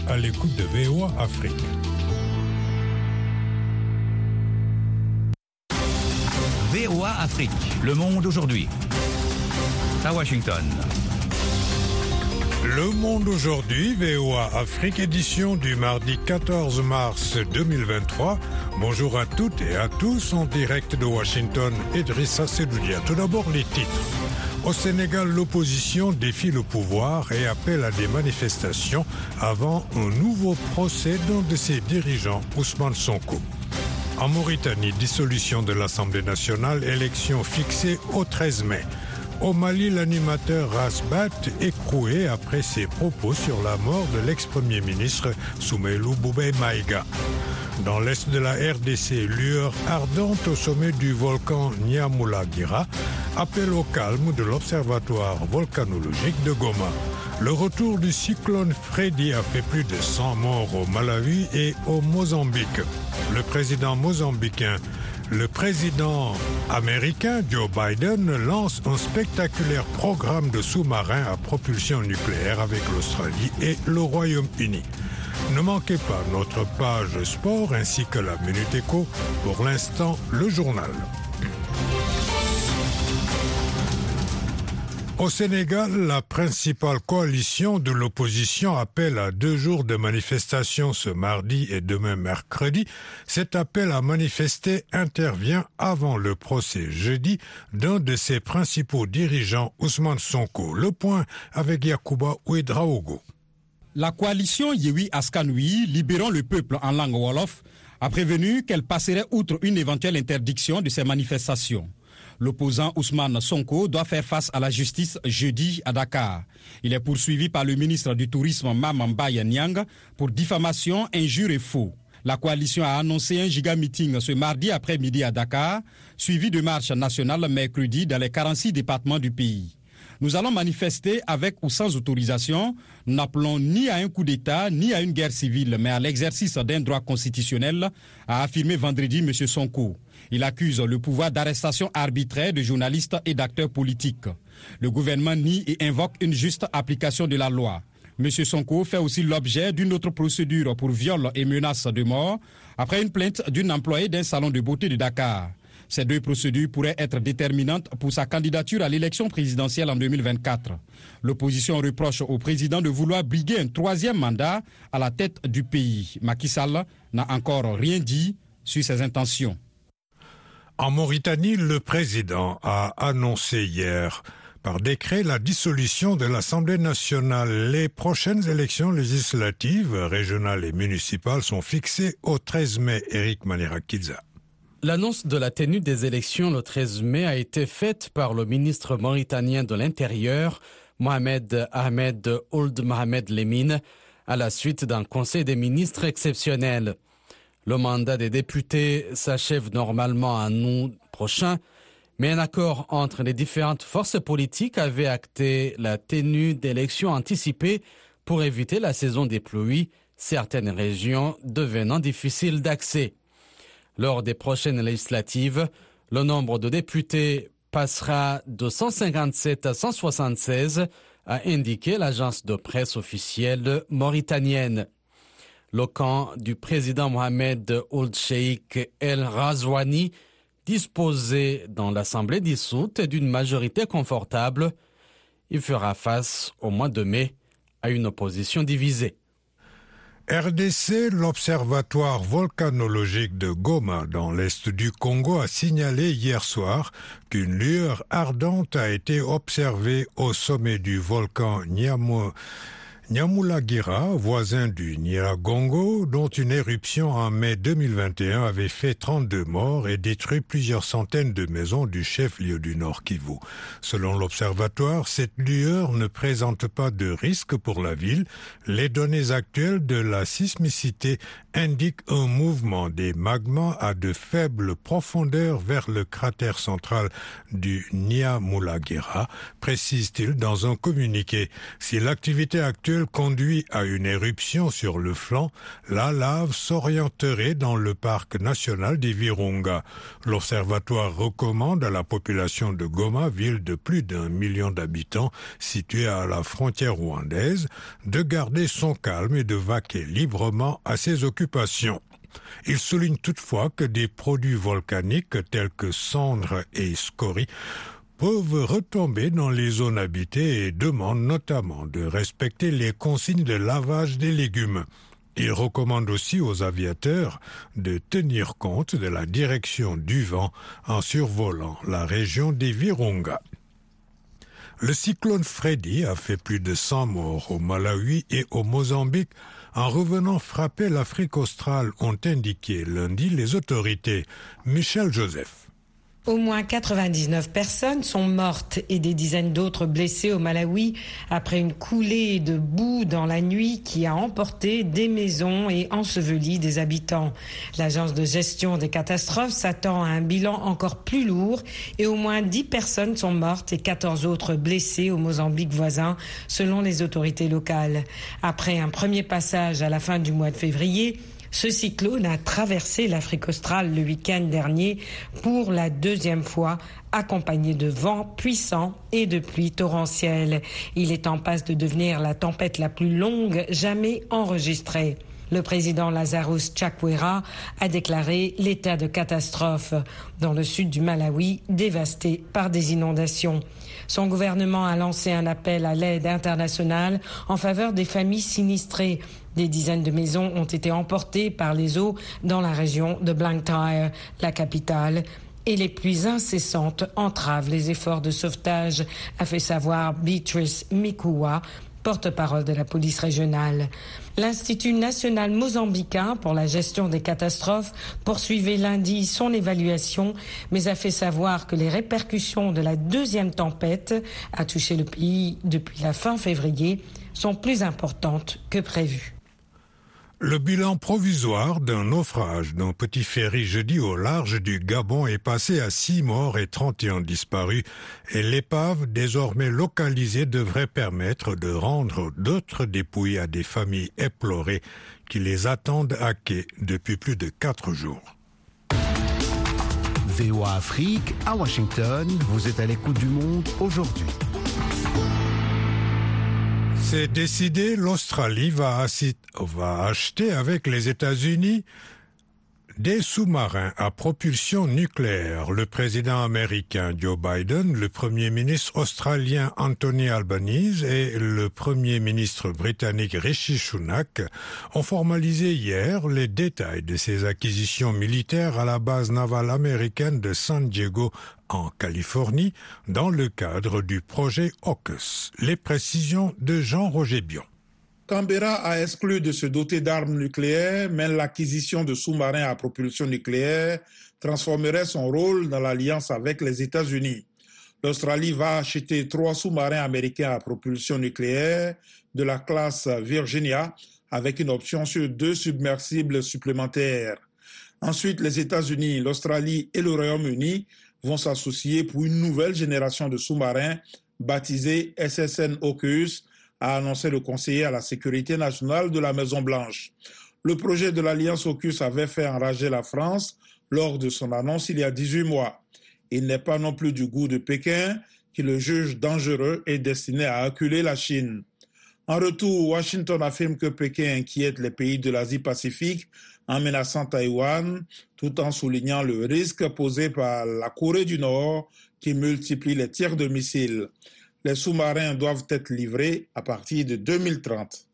à l'écoute de VOA Afrique. VOA Afrique, le monde aujourd'hui. À Washington. Le monde aujourd'hui, VOA Afrique, édition du mardi 14 mars 2023. Bonjour à toutes et à tous, en direct de Washington, Idrissa Sedoudia. Tout d'abord, les titres. Au Sénégal, l'opposition défie le pouvoir et appelle à des manifestations avant un nouveau procès d'un de ses dirigeants, Ousmane Sonko. En Mauritanie, dissolution de l'Assemblée nationale, élection fixée au 13 mai. Au Mali, l'animateur Rasbat écroué après ses propos sur la mort de l'ex-premier ministre Soumeylou Boubèye Maïga. Dans l'est de la RDC, lueur ardente au sommet du volcan Nyamulagira, appel au calme de l'Observatoire volcanologique de Goma. Le retour du cyclone Freddy a fait plus de 100 morts au Malawi et au Mozambique. Le président américain Joe Biden lance un spectaculaire programme de sous-marins à propulsion nucléaire avec l'Australie et le Royaume-Uni. Ne manquez pas notre page sport ainsi que la Minute Éco. Pour l'instant, le journal. Au Sénégal, la principale coalition de l'opposition appelle à 2 jours de manifestation ce mardi et demain mercredi. Cet appel à manifester intervient avant le procès jeudi d'un de ses principaux dirigeants, Ousmane Sonko. Le point avec Yacouba Ouedraogo. La coalition Yewwi Askan Wi, Libérons le peuple en langue wolof, a prévenu qu'elle passerait outre une éventuelle interdiction de ces manifestations. L'opposant Ousmane Sonko doit faire face à la justice jeudi à Dakar. Il est poursuivi par le ministre du Tourisme Mame Mbaye Niang pour diffamation, injure et faux. La coalition a annoncé un giga-meeting ce mardi après-midi à Dakar, suivi de marches nationales mercredi dans les 46 départements du pays. Nous allons manifester avec ou sans autorisation. Nous n'appelons ni à un coup d'État, ni à une guerre civile, mais à l'exercice d'un droit constitutionnel, a affirmé vendredi M. Sonko. Il accuse le pouvoir d'arrestation arbitraire de journalistes et d'acteurs politiques. Le gouvernement nie et invoque une juste application de la loi. M. Sonko fait aussi l'objet d'une autre procédure pour viol et menace de mort après une plainte d'une employée d'un salon de beauté de Dakar. Ces 2 procédures pourraient être déterminantes pour sa candidature à l'élection présidentielle en 2024. L'opposition reproche au président de vouloir briguer un 3e mandat à la tête du pays. Macky Sall n'a encore rien dit sur ses intentions. En Mauritanie, le président a annoncé hier par décret la dissolution de l'Assemblée nationale. Les prochaines élections législatives, régionales et municipales sont fixées au 13 mai. Eric Manirakiza. L'annonce de la tenue des élections le 13 mai a été faite par le ministre mauritanien de l'Intérieur, Mohamed Ahmed Ould Mohamed Lemine, à la suite d'un conseil des ministres exceptionnel. Le mandat des députés s'achève normalement en août prochain, mais un accord entre les différentes forces politiques avait acté la tenue d'élections anticipées pour éviter la saison des pluies, certaines régions devenant difficiles d'accès. Lors des prochaines législatives, le nombre de députés passera de 157 à 176, a indiqué l'agence de presse officielle mauritanienne. Le camp du président Mohamed Ould Cheikh El Razouani disposait dans l'Assemblée dissoute d'une majorité confortable. Il fera face au mois de mai à une opposition divisée. RDC, l'Observatoire volcanologique de Goma, dans l'est du Congo, a signalé hier soir qu'une lueur ardente a été observée au sommet du volcan Nyamulagira, voisin du Nyiragongo, dont une éruption en mai 2021 avait fait 32 morts et détruit plusieurs centaines de maisons du chef-lieu du Nord Kivu. Selon l'observatoire, cette lueur ne présente pas de risque pour la ville. Les données actuelles de la sismicité indiquent un mouvement des magmas à de faibles profondeurs vers le cratère central du Nyamulagira, précise-t-il dans un communiqué. Si l'activité actuelle elle conduit à une éruption sur le flanc, la lave s'orienterait dans le parc national des Virunga. L'observatoire recommande à la population de Goma, ville de plus d'1 million d'habitants située à la frontière rwandaise, de garder son calme et de vaquer librement à ses occupations. Il souligne toutefois que des produits volcaniques tels que cendres et scories peuvent retomber dans les zones habitées et demande notamment de respecter les consignes de lavage des légumes. Il recommande aussi aux aviateurs de tenir compte de la direction du vent en survolant la région des Virunga. Le cyclone Freddy a fait plus de 100 morts au Malawi et au Mozambique en revenant frapper l'Afrique australe, ont indiqué lundi les autorités. Michel Joseph. Au moins 99 personnes sont mortes et des dizaines d'autres blessées au Malawi après une coulée de boue dans la nuit qui a emporté des maisons et enseveli des habitants. L'agence de gestion des catastrophes s'attend à un bilan encore plus lourd et au moins 10 personnes sont mortes et 14 autres blessées au Mozambique voisin selon les autorités locales. Après un premier passage à la fin du mois de février, ce cyclone a traversé l'Afrique australe le week-end dernier pour la deuxième fois, accompagné de vents puissants et de pluies torrentielles. Il est en passe de devenir la tempête la plus longue jamais enregistrée. Le président Lazarus Chakwera a déclaré l'état de catastrophe dans le sud du Malawi, dévasté par des inondations. Son gouvernement a lancé un appel à l'aide internationale en faveur des familles sinistrées. Des dizaines de maisons ont été emportées par les eaux dans la région de Blantyre, la capitale, et les pluies incessantes entravent les efforts de sauvetage, a fait savoir Beatrice Mikuwa, porte-parole de la police régionale. L'Institut national mozambicain pour la gestion des catastrophes poursuivait lundi son évaluation, mais a fait savoir que les répercussions de la deuxième tempête à toucher le pays depuis la fin février sont plus importantes que prévu. Le bilan provisoire d'un naufrage d'un petit ferry jeudi au large du Gabon est passé à 6 morts et 31 disparus et l'épave désormais localisée devrait permettre de rendre d'autres dépouilles à des familles éplorées qui les attendent à quai depuis plus de 4 jours. VOA Afrique à Washington, vous êtes à l'écoute du monde aujourd'hui. C'est décidé, l'Australie va acheter avec les États-Unis des sous-marins à propulsion nucléaire. Le président américain Joe Biden, le premier ministre australien Anthony Albanese et le premier ministre britannique Rishi Sunak ont formalisé hier les détails de ces acquisitions militaires à la base navale américaine de San Diego en Californie dans le cadre du projet AUKUS. Les précisions de Jean-Roger Bion. Canberra a exclu de se doter d'armes nucléaires, mais l'acquisition de sous-marins à propulsion nucléaire transformerait son rôle dans l'alliance avec les États-Unis. L'Australie va acheter 3 sous-marins américains à propulsion nucléaire de la classe Virginia avec une option sur 2 submersibles supplémentaires. Ensuite, les États-Unis, l'Australie et le Royaume-Uni vont s'associer pour une nouvelle génération de sous-marins baptisés SSN AUKUS, a annoncé le conseiller à la sécurité nationale de la Maison-Blanche. Le projet de l'Alliance AUKUS avait fait enrager la France lors de son annonce il y a 18 mois. Il n'est pas non plus du goût de Pékin, qui le juge dangereux et destiné à acculer la Chine. En retour, Washington affirme que Pékin inquiète les pays de l'Asie-Pacifique en menaçant Taïwan, tout en soulignant le risque posé par la Corée du Nord qui multiplie les tirs de missiles. Les sous-marins doivent être livrés à partir de 2030.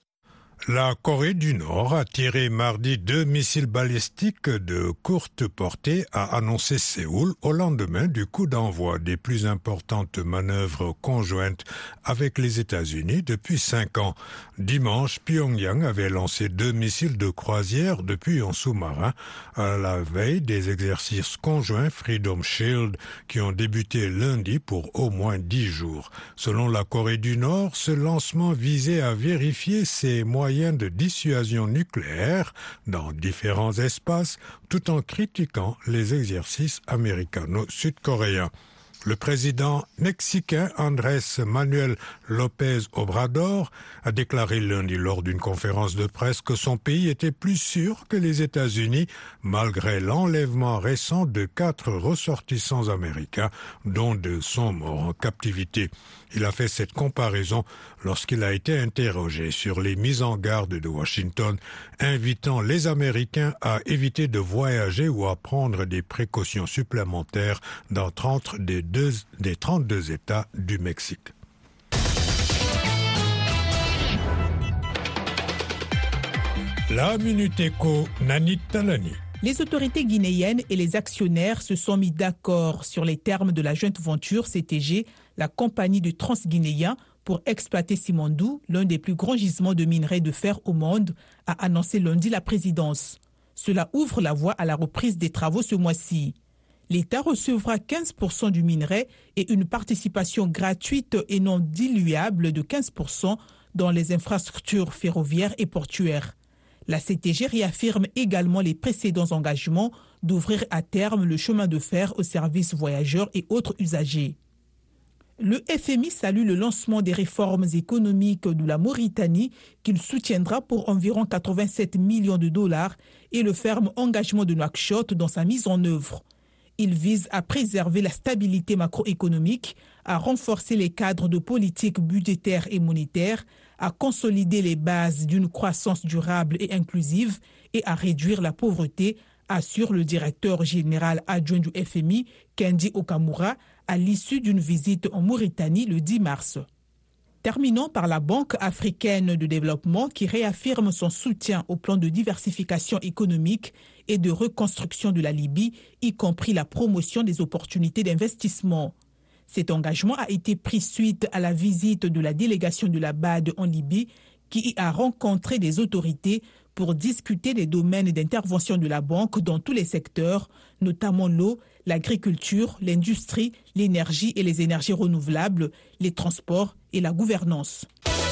La Corée du Nord a tiré mardi 2 missiles balistiques de courte portée, a annoncé Séoul au lendemain du coup d'envoi des plus importantes manœuvres conjointes avec les États-Unis depuis 5 ans. Dimanche, Pyongyang avait lancé 2 missiles de croisière depuis un sous-marin à la veille des exercices conjoints Freedom Shield qui ont débuté lundi pour au moins 10 jours. Selon la Corée du Nord, ce lancement visait à vérifier ses moyens de dissuasion nucléaire dans différents espaces tout en critiquant les exercices américano-sud-coréens. Le président mexicain Andrés Manuel López Obrador a déclaré lundi lors d'une conférence de presse que son pays était plus sûr que les États-Unis malgré l'enlèvement récent de 4 ressortissants américains, dont 2 sont morts en captivité. Il a fait cette comparaison lorsqu'il a été interrogé sur les mises en garde de Washington, invitant les Américains à éviter de voyager ou à prendre des précautions supplémentaires dans 30 des 32 États du Mexique. La Minute Éco, Nanit Talani. Les autorités guinéennes et les actionnaires se sont mis d'accord sur les termes de la joint venture CTG, la compagnie de Transguinéen, pour exploiter Simandou, l'un des plus grands gisements de minerais de fer au monde, a annoncé lundi la présidence. Cela ouvre la voie à la reprise des travaux ce mois-ci. L'État recevra 15% du minerai et une participation gratuite et non diluable de 15% dans les infrastructures ferroviaires et portuaires. La CTG réaffirme également les précédents engagements d'ouvrir à terme le chemin de fer aux services voyageurs et autres usagers. Le FMI salue le lancement des réformes économiques de la Mauritanie qu'il soutiendra pour environ 87 millions de dollars et le ferme engagement de Nouakchott dans sa mise en œuvre. Il vise à préserver la stabilité macroéconomique, à renforcer les cadres de politique budgétaire et monétaire, à consolider les bases d'une croissance durable et inclusive et à réduire la pauvreté, assure le directeur général adjoint du FMI, Kendi Okamura, à l'issue d'une visite en Mauritanie le 10 mars. Terminons par la Banque africaine de développement qui réaffirme son soutien au plan de diversification économique et de reconstruction de la Libye, y compris la promotion des opportunités d'investissement. Cet engagement a été pris suite à la visite de la délégation de la BAD en Libye qui y a rencontré des autorités pour discuter des domaines d'intervention de la banque dans tous les secteurs, notamment l'eau, l'agriculture, l'industrie, l'énergie et les énergies renouvelables, les transports et la gouvernance.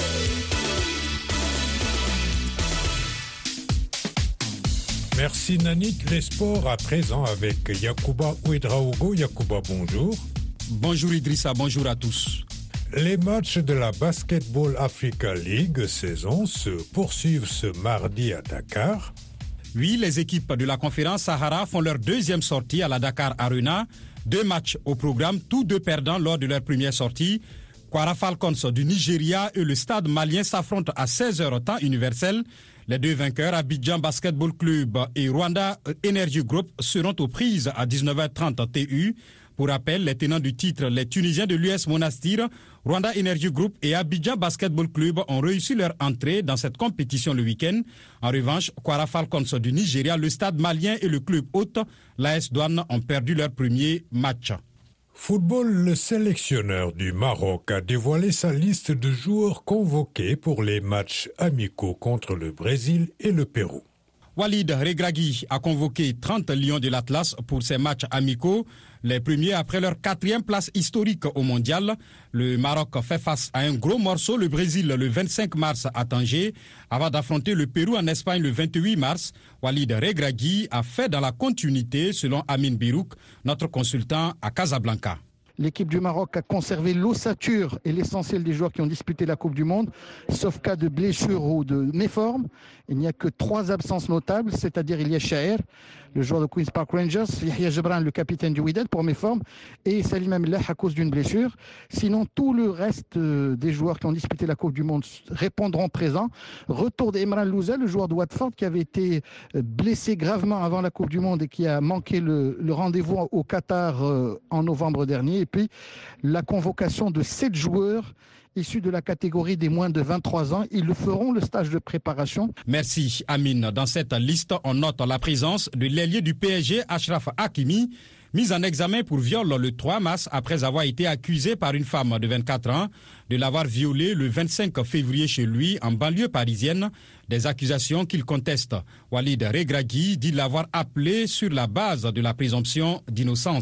Merci Nanit. Les sports à présent avec Yacouba Ouedraogo. Yacouba, bonjour. Bonjour Idrissa, bonjour à tous. Les matchs de la Basketball Africa League saison se poursuivent ce mardi à Dakar. Oui, les équipes de la conférence Sahara font leur deuxième sortie à la Dakar Arena. 2 matchs au programme, tous 2 perdants lors de leur première sortie. Kwara Falcons du Nigeria et le Stade malien s'affrontent à 16h temps universel. Les 2 vainqueurs, Abidjan Basketball Club et Rwanda Energy Group, seront aux prises à 19h30 TU. Pour rappel, les tenants du titre, les Tunisiens de l'US Monastir, Rwanda Energy Group et Abidjan Basketball Club ont réussi leur entrée dans cette compétition le week-end. En revanche, Kwara Falcons du Nigeria, le Stade malien et le club hôte, l'AS Douane, ont perdu leur premier match. Football, le sélectionneur du Maroc a dévoilé sa liste de joueurs convoqués pour les matchs amicaux contre le Brésil et le Pérou. Walid Regragui a convoqué 30 lions de l'Atlas pour ces matchs amicaux, les premiers après leur 4e place historique au mondial. Le Maroc fait face à un gros morceau, le Brésil le 25 mars à Tanger, avant d'affronter le Pérou en Espagne le 28 mars. Walid Regragui a fait dans la continuité, selon Amin Birouk, notre consultant à Casablanca. L'équipe du Maroc a conservé l'ossature et l'essentiel des joueurs qui ont disputé la Coupe du Monde, sauf cas de blessure ou de méforme. Il n'y a que 3 absences notables, c'est-à-dire il y a Chaher, le joueur de Queen's Park Rangers, Yahya Gebran, le capitaine du Wydad pour méforme, et Salim Amillah à cause d'une blessure. Sinon, tout le reste des joueurs qui ont disputé la Coupe du Monde répondront présents. Retour d'Emran Louza, le joueur de Watford qui avait été blessé gravement avant la Coupe du Monde et qui a manqué le rendez-vous au Qatar en novembre dernier. Et puis, la convocation de 7 joueurs issus de la catégorie des moins de 23 ans. Ils le feront le stage de préparation. Merci Amine. Dans cette liste, on note la présence de l'ailier du PSG, Achraf Hakimi, mis en examen pour viol le 3 mars après avoir été accusé par une femme de 24 ans de l'avoir violé le 25 février chez lui en banlieue parisienne. Des accusations qu'il conteste. Walid Regragui dit l'avoir appelé sur la base de la présomption d'innocence.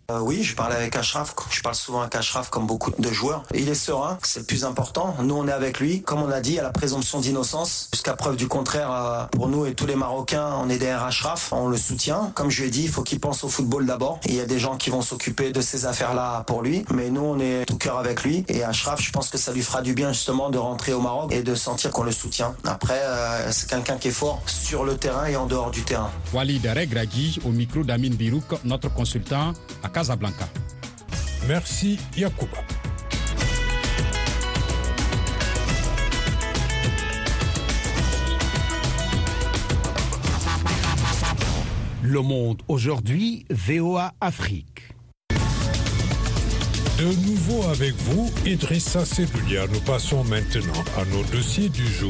Oui, je parlais avec Achraf. Je parle souvent avec Achraf comme beaucoup de joueurs. Il est serein, c'est le plus important. Nous, on est avec lui. Comme on a dit, à la présomption d'innocence. Jusqu'à preuve du contraire, pour nous et tous les Marocains, on est derrière Achraf. On le soutient. Comme je lui ai dit, il faut qu'il pense au football d'abord. Il y a des gens qui vont s'occuper de ces affaires-là pour lui. Mais nous, on est tout cœur avec lui. Et Achraf, je pense que ça lui fera du bien justement de rentrer au Maroc et de sentir qu'on le soutient. Après, c'est quelqu'un qui est fort sur le terrain et en dehors du terrain. Walid Regragui au micro d'Amin Birouk, notre consultant à Casablanca. Merci Yacouba. Le Monde aujourd'hui, VOA Afrique. De nouveau avec vous, Idrissa Seloudia. Nous passons maintenant à nos dossiers du jour.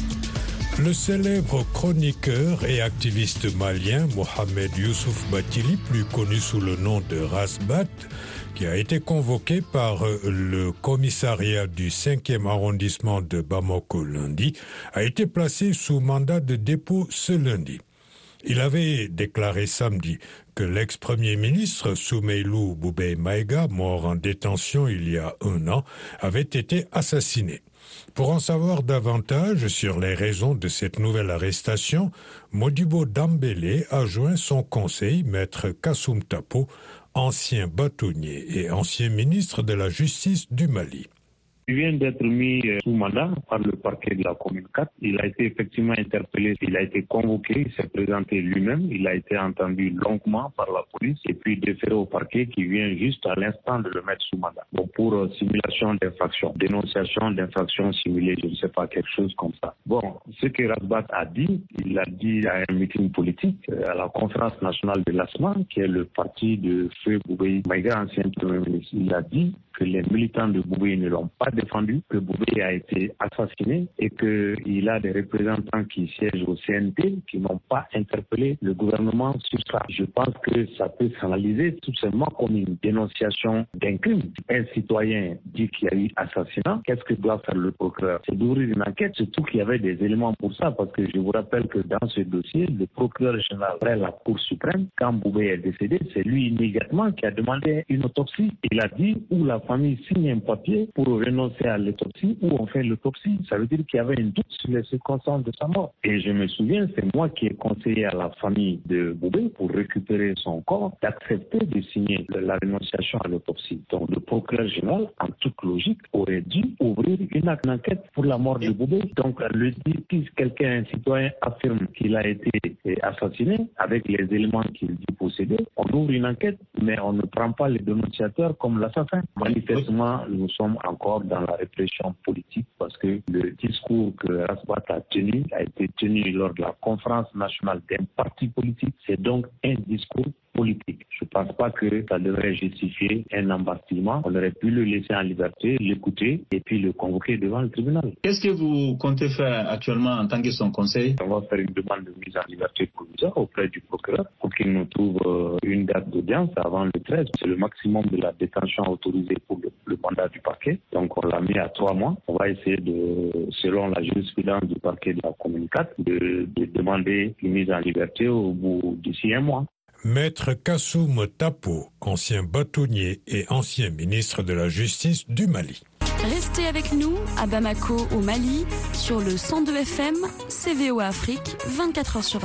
Le célèbre chroniqueur et activiste malien Mohamed Youssouf Bathily, plus connu sous le nom de Rasbat, qui a été convoqué par le commissariat du 5e arrondissement de Bamako lundi, a été placé sous mandat de dépôt ce lundi. Il avait déclaré samedi que l'ex-premier ministre Soumeylou Boubèye Maïga, mort en détention il y a 1 an, avait été assassiné. Pour en savoir davantage sur les raisons de cette nouvelle arrestation, Modibo Dambélé a joint son conseil, maître Kassoum Tapo, ancien bâtonnier et ancien ministre de la Justice du Mali. Il vient d'être mis sous mandat par le parquet de la commune 4. Il a été effectivement interpellé, il a été convoqué, il s'est présenté lui-même, il a été entendu longuement par la police et puis déféré au parquet qui vient juste à l'instant de le mettre sous mandat. Donc pour simulation d'infraction, dénonciation d'infraction simulée, je ne sais pas, quelque chose comme ça. Bon, ce que Rasbat a dit, il l'a dit à un meeting politique à la conférence nationale de l'ASMA, qui est le parti de Feu Boubèye Maïga, ancien premier ministre. Il a dit que les militants de Boubèye ne l'ont pas défendu, que Boubèye a été assassiné et qu'il a des représentants qui siègent au CNT qui n'ont pas interpellé le gouvernement sur ça. Je pense que ça peut s'analyser tout simplement comme une dénonciation d'un crime. Un citoyen dit qu'il y a eu assassinat, qu'est-ce que doit faire le procureur? C'est d'ouvrir une enquête, surtout qu'il y avait des éléments pour ça, parce que je vous rappelle que dans ce dossier, le procureur général après la Cour suprême, quand Boubèye est décédé, c'est lui immédiatement qui a demandé une autopsie. Il a dit où la famille signe un papier pour renoncer à l'autopsie ou on fait l'autopsie. Ça veut dire qu'il y avait un doute sur les circonstances de sa mort. Et je me souviens, c'est moi qui ai conseillé à la famille de Boubèye pour récupérer son corps d'accepter de signer la renonciation à l'autopsie. Donc le procureur général, en toute logique, aurait dû ouvrir une enquête pour la mort de Boubèye. Donc le dit, si quelqu'un, un citoyen, affirme qu'il a été assassiné avec les éléments qu'il dit posséder, on ouvre une enquête, mais on ne prend pas les dénonciateurs comme l'assassin. Manifestement, nous sommes encore dans la répression politique parce que le discours que Rasbat a été tenu lors de la conférence nationale d'un parti politique. C'est donc un discours politique. Je ne pense pas que ça devrait justifier un embastiment. On aurait pu le laisser en liberté, l'écouter et puis le convoquer devant le tribunal. Qu'est-ce que vous comptez faire actuellement en tant que son conseil? On va faire une demande de mise en liberté provisoire auprès du procureur pour qu'il nous trouve une date d'audience avant le 13. C'est le maximum de la détention autorisée pour le mandat du parquet. Donc on l'a mis à 3 mois. On va essayer selon la jurisprudence du parquet de la commune 4, de demander une mise en liberté au bout d'ici 1 mois. Maître Kassoum Tapo, ancien bâtonnier et ancien ministre de la Justice du Mali. Restez avec nous à Bamako au Mali sur le 102 FM, VOA Afrique, 24h sur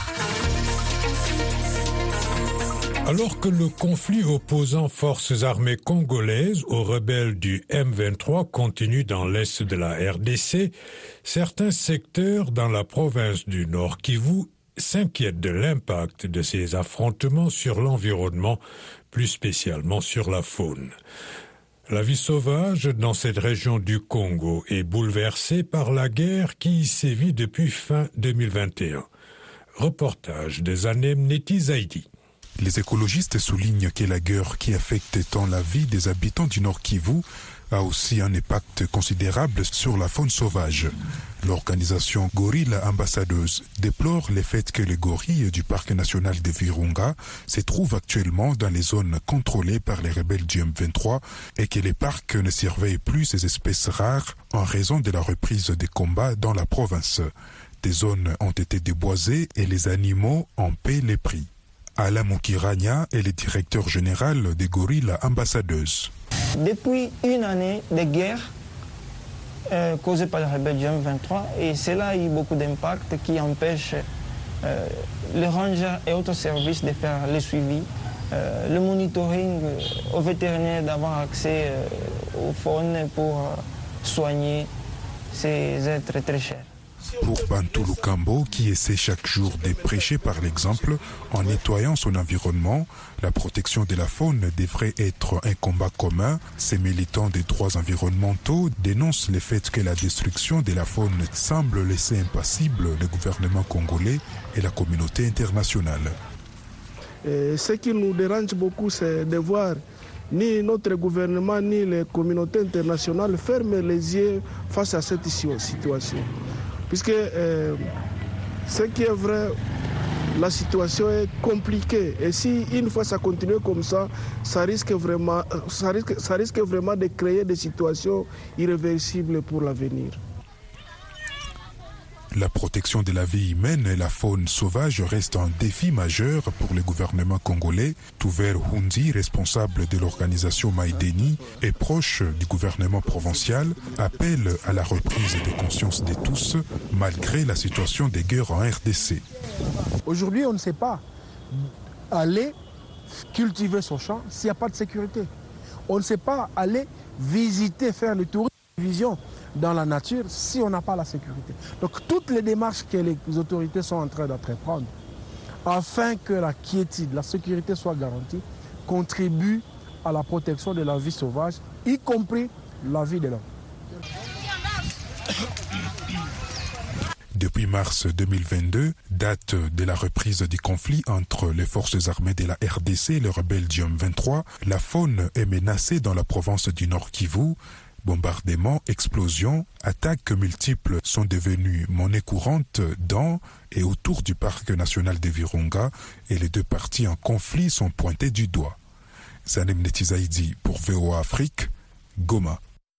24. Alors que le conflit opposant forces armées congolaises aux rebelles du M23 continue dans l'est de la RDC, certains secteurs dans la province du Nord Kivu s'inquiètent de l'impact de ces affrontements sur l'environnement, plus spécialement sur la faune. La vie sauvage dans cette région du Congo est bouleversée par la guerre qui y sévit depuis fin 2021. Reportage de Zanem Neti Zaidi. Les écologistes soulignent que la guerre qui affecte tant la vie des habitants du Nord Kivu a aussi un impact considérable sur la faune sauvage. L'organisation Gorille Ambassadeuse déplore le fait que les gorilles du parc national de Virunga se trouvent actuellement dans les zones contrôlées par les rebelles du M23 et que les parcs ne surveillent plus ces espèces rares en raison de la reprise des combats dans la province. Des zones ont été déboisées et les animaux en paient les prix. Ala Moukirania est le directeur général des Gorilles Ambassadeuses. Depuis une année de guerre causée par la rébellion 23, et cela a eu beaucoup d'impact qui empêche les rangers et autres services de faire le suivi, le monitoring aux vétérinaires d'avoir accès aux faunes pour soigner ces êtres très chers. Pour Bantou Lukambo, qui essaie chaque jour de prêcher par l'exemple en nettoyant son environnement, la protection de la faune devrait être un combat commun. Ces militants des droits environnementaux dénoncent le fait que la destruction de la faune semble laisser impassible le gouvernement congolais et la communauté internationale. Et ce qui nous dérange beaucoup, c'est de voir ni notre gouvernement ni les communautés internationales fermer les yeux face à cette situation. Puisque ce qui est vrai, la situation est compliquée. Et si une fois ça continue comme ça, ça risque vraiment de créer des situations irréversibles pour l'avenir. La protection de la vie humaine et la faune sauvage reste un défi majeur pour le gouvernement congolais. Touver Hundi, responsable de l'organisation Maïdeni et proche du gouvernement provincial, appelle à la reprise de conscience de tous, malgré la situation des guerres en RDC. Aujourd'hui, on ne sait pas aller cultiver son champ s'il n'y a pas de sécurité. On ne sait pas aller visiter, faire le tourisme, vision dans la nature si on n'a pas la sécurité. Donc toutes les démarches que les autorités sont en train d'entreprendre afin que la quiétude, la sécurité soit garantie, contribuent à la protection de la vie sauvage, y compris la vie de l'homme. Depuis mars 2022, date de la reprise du conflit entre les forces armées de la RDC et le rebelle Diom 23, la faune est menacée dans la province du Nord Kivu. Bombardements, explosions, attaques multiples sont devenues monnaie courante dans et autour du parc national de Virunga et les deux parties en conflit sont pointées du doigt. Zanem Netizaïdi pour VOA Afrique, Goma.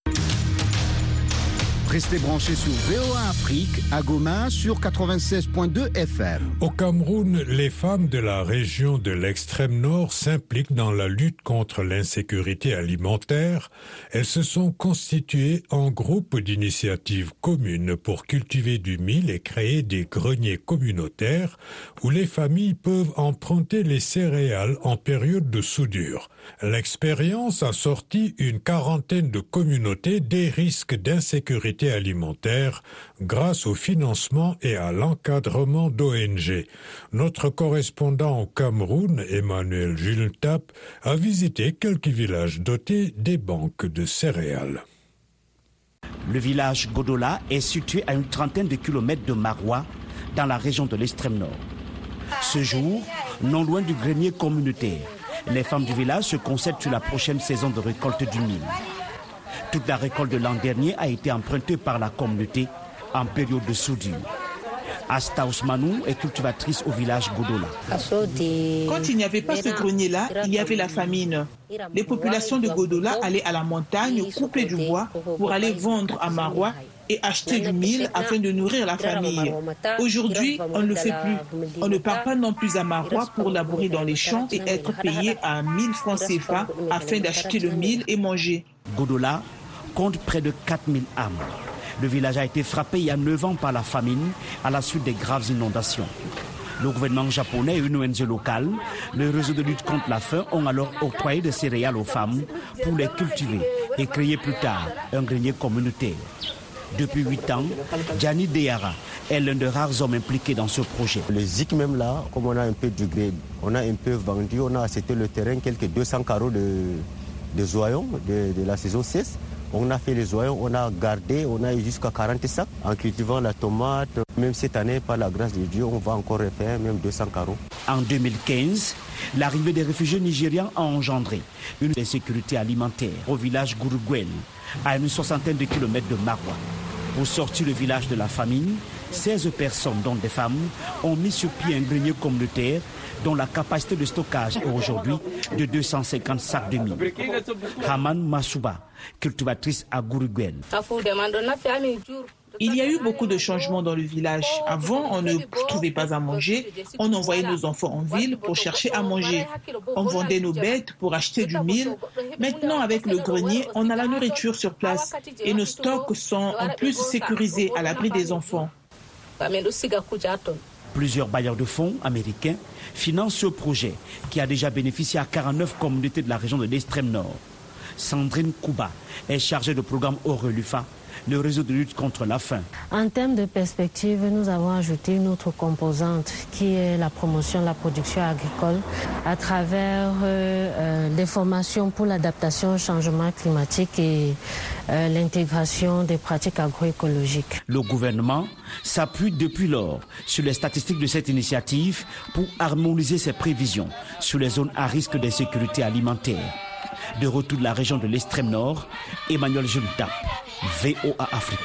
Restez branchés sur VOA Afrique à Goma sur 96.2 FM. Au Cameroun, les femmes de la région de l'extrême nord s'impliquent dans la lutte contre l'insécurité alimentaire. Elles se sont constituées en groupe d'initiatives communes pour cultiver du mil et créer des greniers communautaires où les familles peuvent emprunter les céréales en période de soudure. L'expérience a sorti une quarantaine de communautés des risques d'insécurité alimentaire grâce au financement et à l'encadrement d'ONG. Notre correspondant au Cameroun, Emmanuel Jultap, a visité quelques villages dotés des banques de céréales. Le village Godola est situé à une trentaine de kilomètres de Maroua, dans la région de l'extrême nord. Ce jour, non loin du grenier communautaire, les femmes du village se concentrent sur la prochaine saison de récolte du mil. Toute la récolte de l'an dernier a été empruntée par la communauté en période de soudure. Asta Ousmanou est cultivatrice au village Godola. Quand il n'y avait pas ce grenier-là, il y avait la famine. Les populations de Godola allaient à la montagne couper du bois pour aller vendre à Maroua et acheter du mil afin de nourrir la famille. Aujourd'hui, on ne le fait plus. On ne part pas non plus à Maroua pour labourer dans les champs et être payé à 1000 francs CFA afin d'acheter le mil et manger. Godola compte près de 4000 âmes. Le village a été frappé il y a 9 ans par la famine à la suite des graves inondations. Le gouvernement japonais et une ONG locale, le réseau de lutte contre la faim, ont alors octroyé des céréales aux femmes pour les cultiver et créer plus tard un grenier communautaire. Depuis 8 ans, Gianni Deyara est l'un des rares hommes impliqués dans ce projet. Le ZIC même là, comme on a un peu du gré, on a un peu vendu, on a acheté le terrain, quelques 200 carreaux de oignons de la saison 6. On a fait les oignons, on a gardé, on a eu jusqu'à 40 sacs en cultivant la tomate. Même cette année, par la grâce de Dieu, on va encore refaire même 200 carreaux. En 2015, l'arrivée des réfugiés nigérians a engendré une insécurité alimentaire au village Gurugwen, à une soixantaine de kilomètres de Maroua. Pour sortir le village de la famine, 16 personnes, dont des femmes, ont mis sur pied un grenier communautaire dont la capacité de stockage est aujourd'hui de 250 sacs de mil. Haman Masouba, cultivatrice à Gurugwen. Il y a eu beaucoup de changements dans le village. Avant, on ne trouvait pas à manger. On envoyait nos enfants en ville pour chercher à manger. On vendait nos bêtes pour acheter du mil. Maintenant, avec le grenier, on a la nourriture sur place et nos stocks sont en plus sécurisés à l'abri des enfants. Plusieurs bailleurs de fonds américains financent ce projet qui a déjà bénéficié à 49 communautés de la région de l'extrême nord. Sandrine Kouba est chargée de programme Aurelufa, le réseau de lutte contre la faim. En termes de perspective, nous avons ajouté une autre composante qui est la promotion de la production agricole à travers des formations pour l'adaptation au changement climatique et l'intégration des pratiques agroécologiques. Le gouvernement s'appuie depuis lors sur les statistiques de cette initiative pour harmoniser ses prévisions sur les zones à risque d'insécurité alimentaire. De retour de la région de l'extrême nord, Emmanuel Julta, VOA Afrique.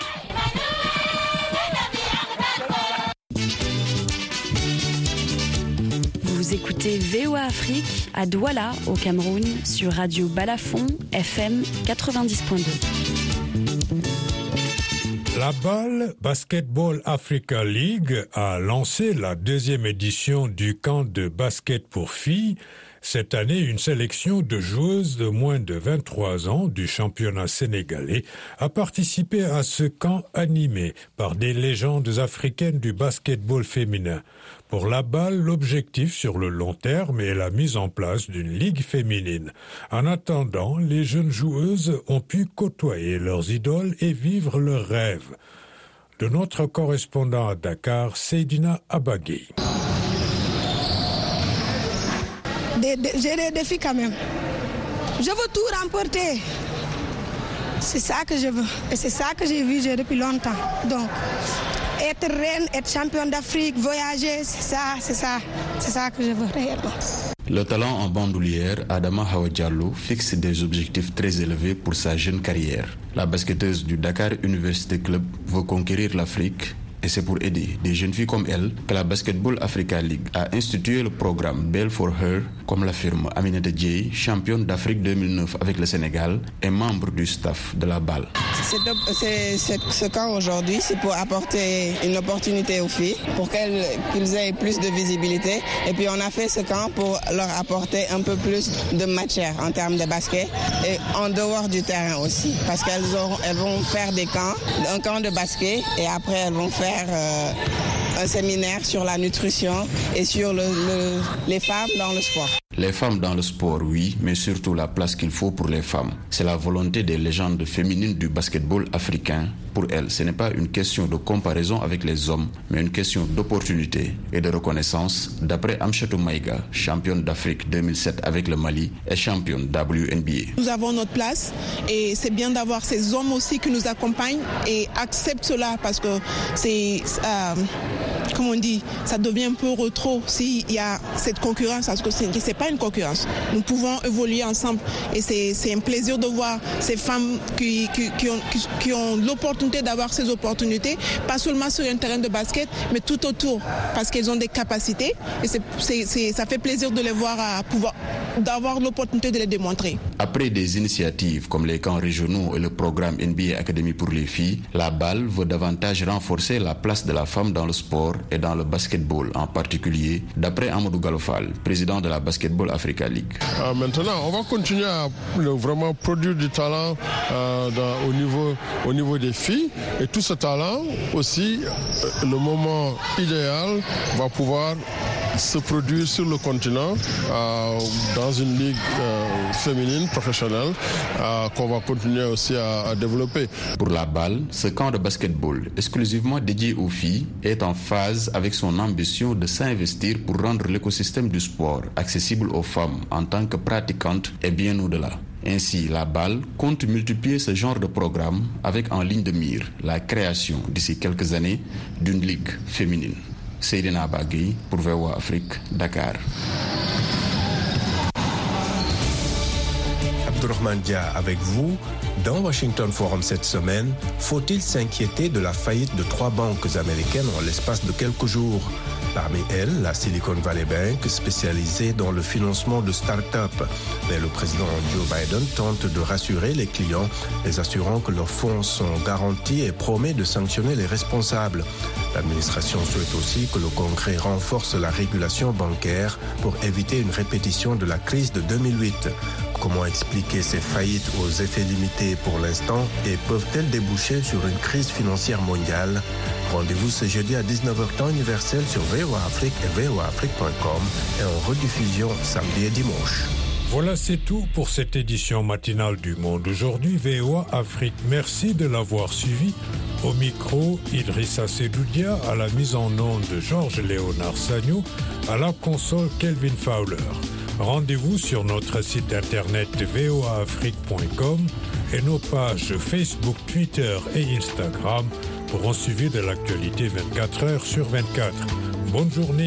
Vous écoutez VOA Afrique à Douala, au Cameroun, sur Radio Balafon, FM 90.2. La BAL Basketball Africa League a lancé la 2e édition du camp de basket pour filles. Cette année, une sélection de joueuses de moins de 23 ans du championnat sénégalais a participé à ce camp animé par des légendes africaines du basketball féminin. Pour la BAL, l'objectif sur le long terme est la mise en place d'une ligue féminine. En attendant, les jeunes joueuses ont pu côtoyer leurs idoles et vivre leurs rêves. De notre correspondant à Dakar, Seydina Abagui. J'ai des défis quand même. Je veux tout remporter. C'est ça que je veux. Et c'est ça que j'ai vu depuis longtemps. Donc, être reine, être championne d'Afrique, voyager, c'est ça que je veux réellement. Le talent en bandoulière, Adama Hawa Diallo, fixe des objectifs très élevés pour sa jeune carrière. La basketteuse du Dakar University Club veut conquérir l'Afrique. Et c'est pour aider des jeunes filles comme elle que la Basketball Africa League a institué le programme Bell for Her, comme l'affirme Aminata Dieye, championne d'Afrique 2009 avec le Sénégal et membre du staff de la BAL. Ce camp aujourd'hui, c'est pour apporter une opportunité aux filles, pour qu'ils aient plus de visibilité. Et puis on a fait ce camp pour leur apporter un peu plus de matière en termes de basket et en dehors du terrain aussi. Parce qu'elles vont faire des camps, un camp de basket et après elles vont faire un séminaire sur la nutrition et sur les femmes dans le sport. Les femmes dans le sport, oui, mais surtout la place qu'il faut pour les femmes. C'est la volonté des légendes féminines du basketball africain. Pour elles, ce n'est pas une question de comparaison avec les hommes, mais une question d'opportunité et de reconnaissance, d'après Amchatou Maïga, championne d'Afrique 2007 avec le Mali et championne WNBA. Nous avons notre place et c'est bien d'avoir ces hommes aussi qui nous accompagnent et acceptent cela parce que c'est, comme on dit, ça devient un peu trop s'il y a cette concurrence, parce que c'est pas une concurrence. Nous pouvons évoluer ensemble et c'est un plaisir de voir ces femmes qui ont l'opportunité d'avoir ces opportunités, pas seulement sur un terrain de basket, mais tout autour, parce qu'elles ont des capacités et ça fait plaisir de les voir d'avoir l'opportunité de les démontrer. Après des initiatives comme les camps régionaux et le programme NBA Academy pour les filles, la BAL veut davantage renforcer la place de la femme dans le sport et dans le basketball en particulier, d'après Amadou Galofal, président de la Basketball Africa League. Maintenant, on va continuer à vraiment produire du talent au niveau des filles. Et tout ce talent aussi, le moment idéal va pouvoir se produire sur le continent dans une ligue féminine professionnelle qu'on va continuer aussi à développer. Pour la BAL, ce camp de basketball exclusivement dédié aux filles est en phase avec son ambition de s'investir pour rendre l'écosystème du sport accessible aux femmes en tant que pratiquantes et bien au-delà. Ainsi, la BAL compte multiplier ce genre de programme avec en ligne de mire la création d'ici quelques années d'une ligue féminine. Seydina Abagui pour VOA Afrique, Dakar. Abdourahmane Dia avec vous. Dans Washington Forum cette semaine, faut-il s'inquiéter de la faillite de 3 banques américaines en l'espace de quelques jours? Parmi elles, la Silicon Valley Bank, spécialisée dans le financement de start-up. Mais le président Joe Biden tente de rassurer les clients, les assurant que leurs fonds sont garantis et promet de sanctionner les responsables. L'administration souhaite aussi que le Congrès renforce la régulation bancaire pour éviter une répétition de la crise de 2008. Comment expliquer ces faillites aux effets limités pour l'instant et peuvent-elles déboucher sur une crise financière mondiale? Rendez-vous ce jeudi à 19h temps universel sur VOA Afrique et voaafrique.com et en rediffusion samedi et dimanche. Voilà, c'est tout pour cette édition matinale du Monde aujourd'hui. VOA Afrique, merci de l'avoir suivi. Au micro, Idrissa Sedoudia, à la mise en onde de Georges-Léonard Sagnou, à la console Kelvin Fowler. Rendez-vous sur notre site internet voaafrique.com et nos pages Facebook, Twitter et Instagram pour un suivi de l'actualité 24 heures sur 24. Bonne journée.